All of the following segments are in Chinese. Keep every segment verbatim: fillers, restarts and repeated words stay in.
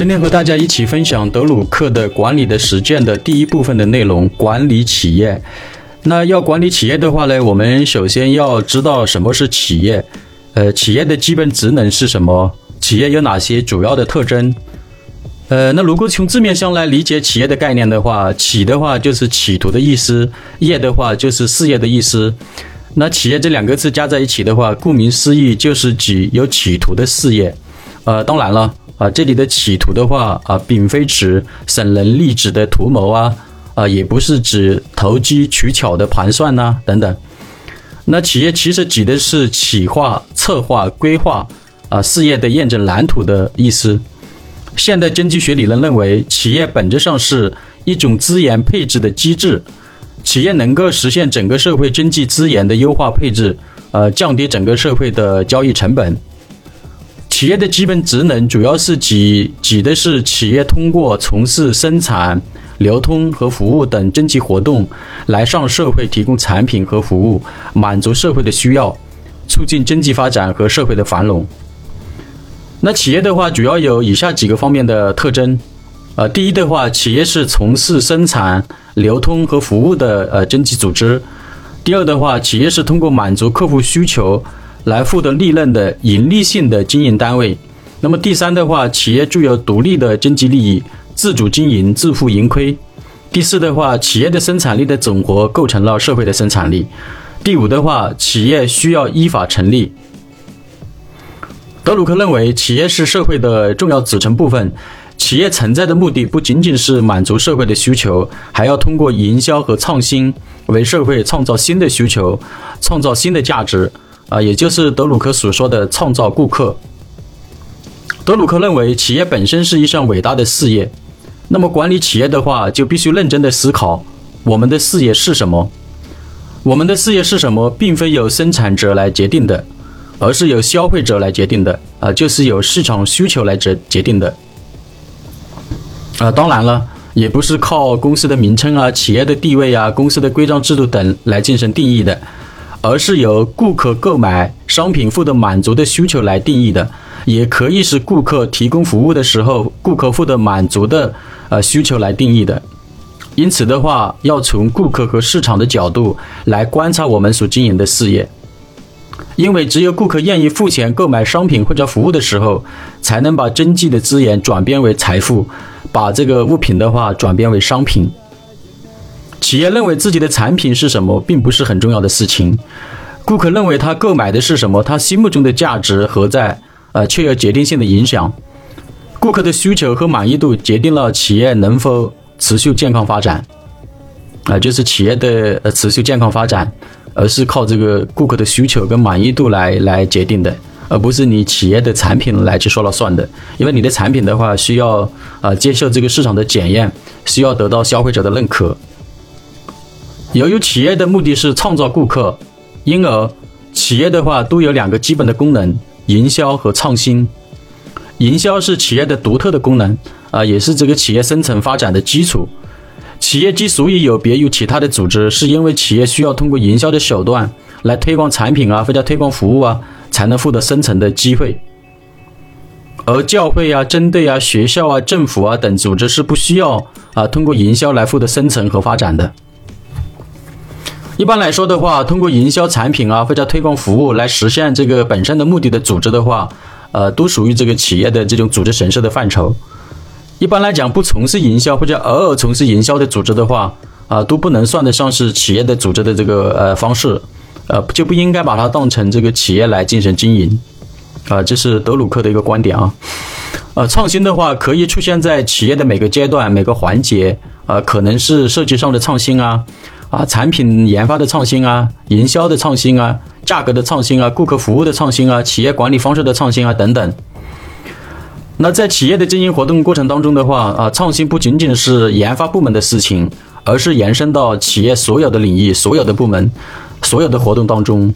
今天和大家一起分享德鲁克的管理的实践的第一部分的内容，管理企业。那要管理企业的话呢，我们首先要知道什么是企业，呃，企业的基本职能是什么，企业有哪些主要的特征。呃，那如果从字面上来理解企业的概念的话，企的话就是企图的意思，业的话就是事业的意思。那企业这两个字加在一起的话，顾名思义就是指有企图的事业。呃，当然了啊，这里的企图的话啊，并非指省人力指的图谋啊，啊，也不是指投机取巧的盘算呐、啊、等等。那企业其实指的是企划、策划、规划啊，事业的验证蓝图的意思。现代经济学理论认为，企业本质上是一种资源配置的机制，企业能够实现整个社会经济资源的优化配置，呃，降低整个社会的交易成本。企业的基本职能主要是指指的是企业通过从事生产、流通和服务等经济活动，来向社会提供产品和服务，满足社会的需要，促进经济发展和社会的繁荣。那企业的话，主要有以下几个方面的特征。呃，第一的话，企业是从事生产、流通和服务的呃经济组织。第二的话，企业是通过满足客户需求来获得利润的盈利性的经营单位。那么第三的话，企业具有独立的经济利益，自主经营，自负盈亏。第四的话，企业的生产力的总和构成了社会的生产力。第五的话，企业需要依法成立。德鲁克认为，企业是社会的重要组成部分。企业存在的目的不仅仅是满足社会的需求，还要通过营销和创新为社会创造新的需求，创造新的价值啊，也就是德鲁克所说的创造顾客。德鲁克认为，企业本身是一项伟大的事业。那么管理企业的话，就必须认真的思考，我们的事业是什么？我们的事业是什么，并非由生产者来决定的，而是由消费者来决定的啊，就是由市场需求来决决定的。啊，当然了，也不是靠公司的名称啊、企业的地位啊、公司的规章制度等来进行定义的，而是由顾客购买商品获得满足的需求来定义的，也可以是顾客提供服务的时候，顾客获得满足的呃需求来定义的。因此的话，要从顾客和市场的角度来观察我们所经营的事业。因为只有顾客愿意付钱购买商品或者服务的时候，才能把经济的资源转变为财富，把这个物品的话转变为商品。企业认为自己的产品是什么，并不是很重要的事情。顾客认为他购买的是什么，他心目中的价值何在，呃，却有决定性的影响。顾客的需求和满意度决定了企业能否持续健康发展，啊、呃，就是企业的呃持续健康发展。而是靠这个顾客的需求跟满意度来来决定的，而不是你企业的产品来去说了算的。因为你的产品的话，需要呃接受这个市场的检验，需要得到消费者的认可。由于企业的目的是创造顾客，因而企业的话都有两个基本的功能：营销和创新。营销是企业的独特的功能啊、呃，也是这个企业生存发展的基础。企业之所以有别于其他的组织，是因为企业需要通过营销的手段来推广产品啊，或者推广服务啊，才能获得生存的机会。而教会啊、针对啊、学校啊、政府啊等组织是不需要啊通过营销来获得生存和发展的。一般来说的话，通过营销产品啊或者推广服务来实现这个本身的目的的组织的话，呃，都属于这个企业的这种组织形式的范畴。一般来讲，不从事营销或者偶尔从事营销的组织的话，啊、呃，都不能算得上是企业的组织的这个呃方式，呃，就不应该把它当成这个企业来进行经营，啊、呃，这是德鲁克的一个观点啊。呃，创新的话可以出现在企业的每个阶段、每个环节，呃，可能是设计上的创新啊，啊，产品研发的创新啊，营销的创新啊，价格的创新啊，顾客服务的创新啊，企业管理方式的创新啊等等。那在企业的经营活动过程当中的话，啊，创新不仅仅是研发部门的事情，而是延伸到企业所有的领域、所有的部门、所有的活动当中。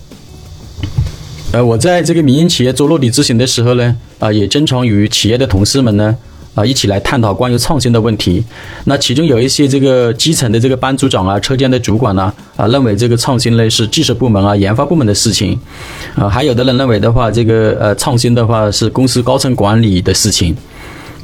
呃，我在这个民营企业做落地执行的时候呢，啊，也经常与企业的同事们呢，啊，一起来探讨关于创新的问题。那其中有一些这个基层的这个班组长啊、车间的主管呢，啊，认为这个创新类是技术部门啊、研发部门的事情，啊，还有的人认为的话，这个呃创新的话是公司高层管理的事情。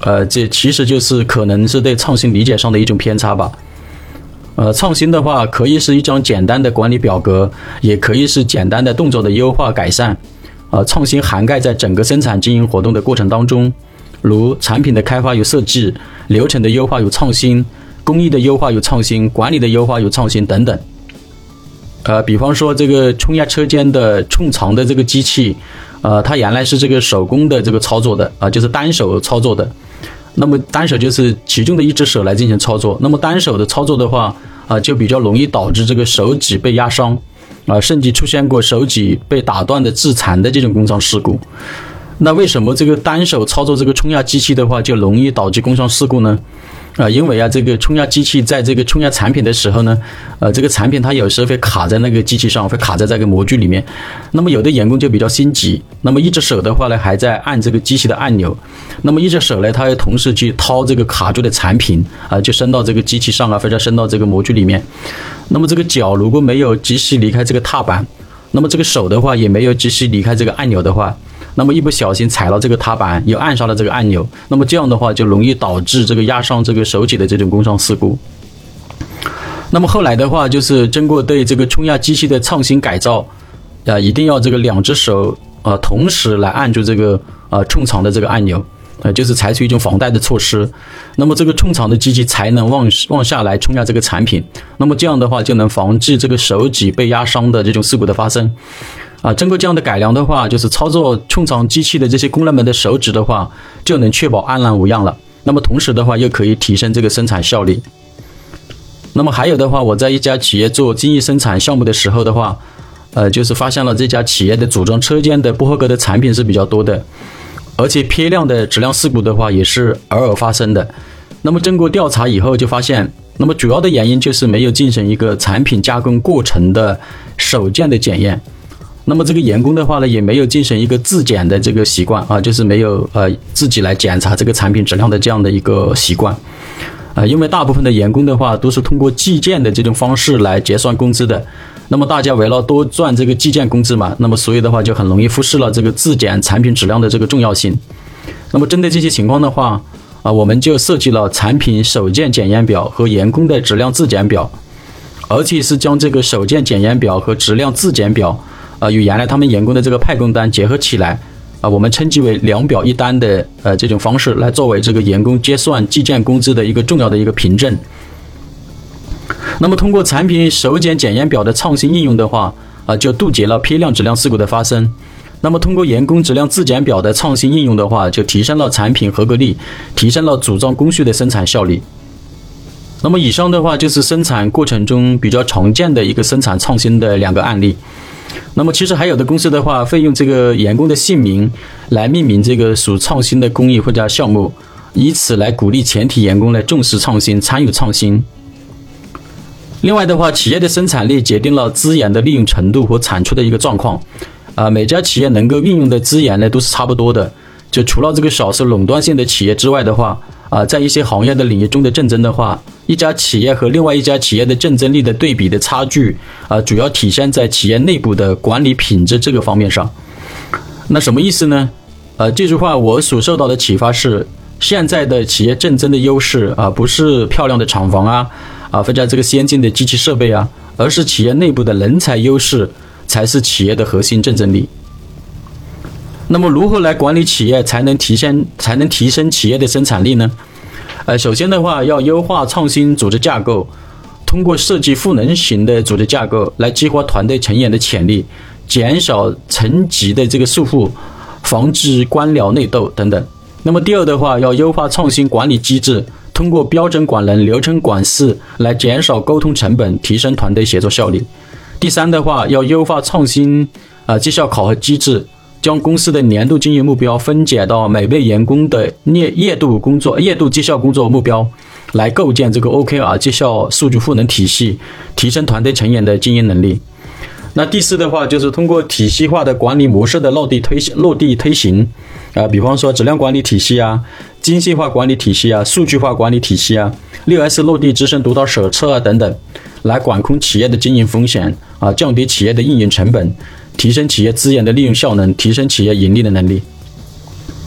呃，这其实就是可能是对创新理解上的一种偏差吧。呃，创新的话，可以是一张简单的管理表格，也可以是简单的动作的优化改善。呃，创新涵盖在整个生产经营活动的过程当中，如产品的开发有设计，流程的优化有创新，工艺的优化有创新，管理的优化有创新等等。呃，比方说这个冲压车间的冲槽的这个机器，呃，它原来是这个手工的这个操作的啊、呃，就是单手操作的。那么单手就是其中的一只手来进行操作，那么单手的操作的话，啊、呃，就比较容易导致这个手指被压伤，啊、呃，甚至出现过手指被打断的致残的这种工伤事故。那为什么这个单手操作这个冲压机器的话，就容易导致工伤事故呢？啊、呃，因为啊，这个冲压机器在这个冲压产品的时候呢，呃，这个产品它有时候会卡在那个机器上，会卡在这个模具里面。那么有的员工就比较心急，那么一只手的话呢，还在按这个机器的按钮，那么一只手呢，它要同时去掏这个卡住的产品啊、呃，就伸到这个机器上啊，或者伸到这个模具里面。那么这个脚如果没有及时离开这个踏板，那么这个手的话也没有及时离开这个按钮的话，那么一不小心踩到这个踏板，又按上了这个按钮，那么这样的话就容易导致这个压伤这个手指的这种工伤事故。那么后来的话，就是经过对这个冲压机器的创新改造，呃，一定要这个两只手呃同时来按住这个呃冲槽的这个按钮，呃，就是采取一种防带的措施。那么这个冲槽的机器才能往往下来冲压这个产品。那么这样的话就能防止这个手指被压伤的这种事故的发生。啊，经过这样的改良的话，就是操作冲槽机器的这些工人们的手指的话，就能确保安然无恙了。那么同时的话，又可以提升这个生产效率。那么还有的话，我在一家企业做精益生产项目的时候的话，呃，就是发现了这家企业的组装车间的不合格的产品是比较多的，而且批量的质量事故的话也是偶尔发生的。那么经过调查以后就发现，那么主要的原因就是没有进行一个产品加工过程的首件的检验。那么这个员工的话呢，也没有进行一个自检的这个习惯啊，就是没有呃自己来检查这个产品质量的这样的一个习惯。呃，因为大部分的员工的话都是通过计件的这种方式来结算工资的，那么大家为了多赚这个计件工资嘛，那么所以的话就很容易忽视了这个自检产品质量的这个重要性。那么针对这些情况的话，啊，我们就设计了产品首件检验表和员工的质量自检表，而且是将这个首件检验表和质量自检表，啊，与原来他们员工的这个派工单结合起来。啊，我们称之为两表一单的呃这种方式来作为这个员工结算计件工资的一个重要的一个凭证。那么通过产品首检检验表的创新应用的话，啊，就杜绝了批量质量事故的发生。那么通过员工质量自检表的创新应用的话，就提升了产品合格率，提升了组装工序的生产效率。那么以上的话就是生产过程中比较常见的一个生产创新的两个案例。那么其实还有的公司的话会用这个员工的姓名来命名这个属创新的工艺或者项目，以此来鼓励全体员工来重视创新，参与创新。另外的话，企业的生产力决定了资源的利用程度和产出的一个状况。啊、呃，每家企业能够运用的资源呢都是差不多的，就除了这个少数垄断性的企业之外的话，啊、呃，在一些行业的领域中的竞争的话，一家企业和另外一家企业的竞争力的对比的差距，啊、呃，主要体现在企业内部的管理品质这个方面上。那什么意思呢？呃，这句话我所受到的启发是，现在的企业竞争的优势啊、呃，不是漂亮的厂房啊，啊，或者这个先进的机器设备啊，而是企业内部的人才优势才是企业的核心竞争力。那么如何来管理企业才能提升才能提升企业的生产力呢？呃，首先的话要优化创新组织架构，通过设计赋能型的组织架构来激活团队成员的潜力，减少层级的这个束缚，防止官僚内斗等等。那么第二的话，要优化创新管理机制，通过标准管人、流程管事来减少沟通成本，提升团队协作效率。第三的话，要优化创新呃绩效考核机制，将公司的年度经营目标分解到每位员工的月月度工作月度绩效工作目标，来构建这个 O K R 绩效数据赋能体系，提升团队成员的经营能力。那第四的话，就是通过体系化的管理模式的落地推落地推行啊、呃，比方说质量管理体系啊、精细化管理体系啊、数据化管理体系啊、六 S 落地资深督导手册啊等等，来管控企业的经营风险啊，降低企业的运营成本，提升企业资源的利用效能，提升企业盈利的能力。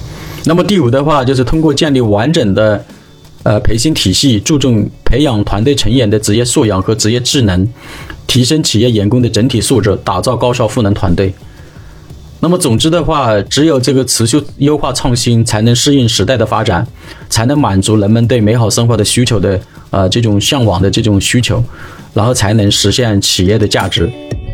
那么第五的话，就是通过建立完整的呃培训体系，注重培养团队成员的职业素养和职业技能，提升企业员工的整体素质，打造高效赋能团队。那么总之的话，只有这个持续优化创新，才能适应时代的发展，才能满足人们对美好生活的需求的呃这种向往的这种需求，然后才能实现企业的价值。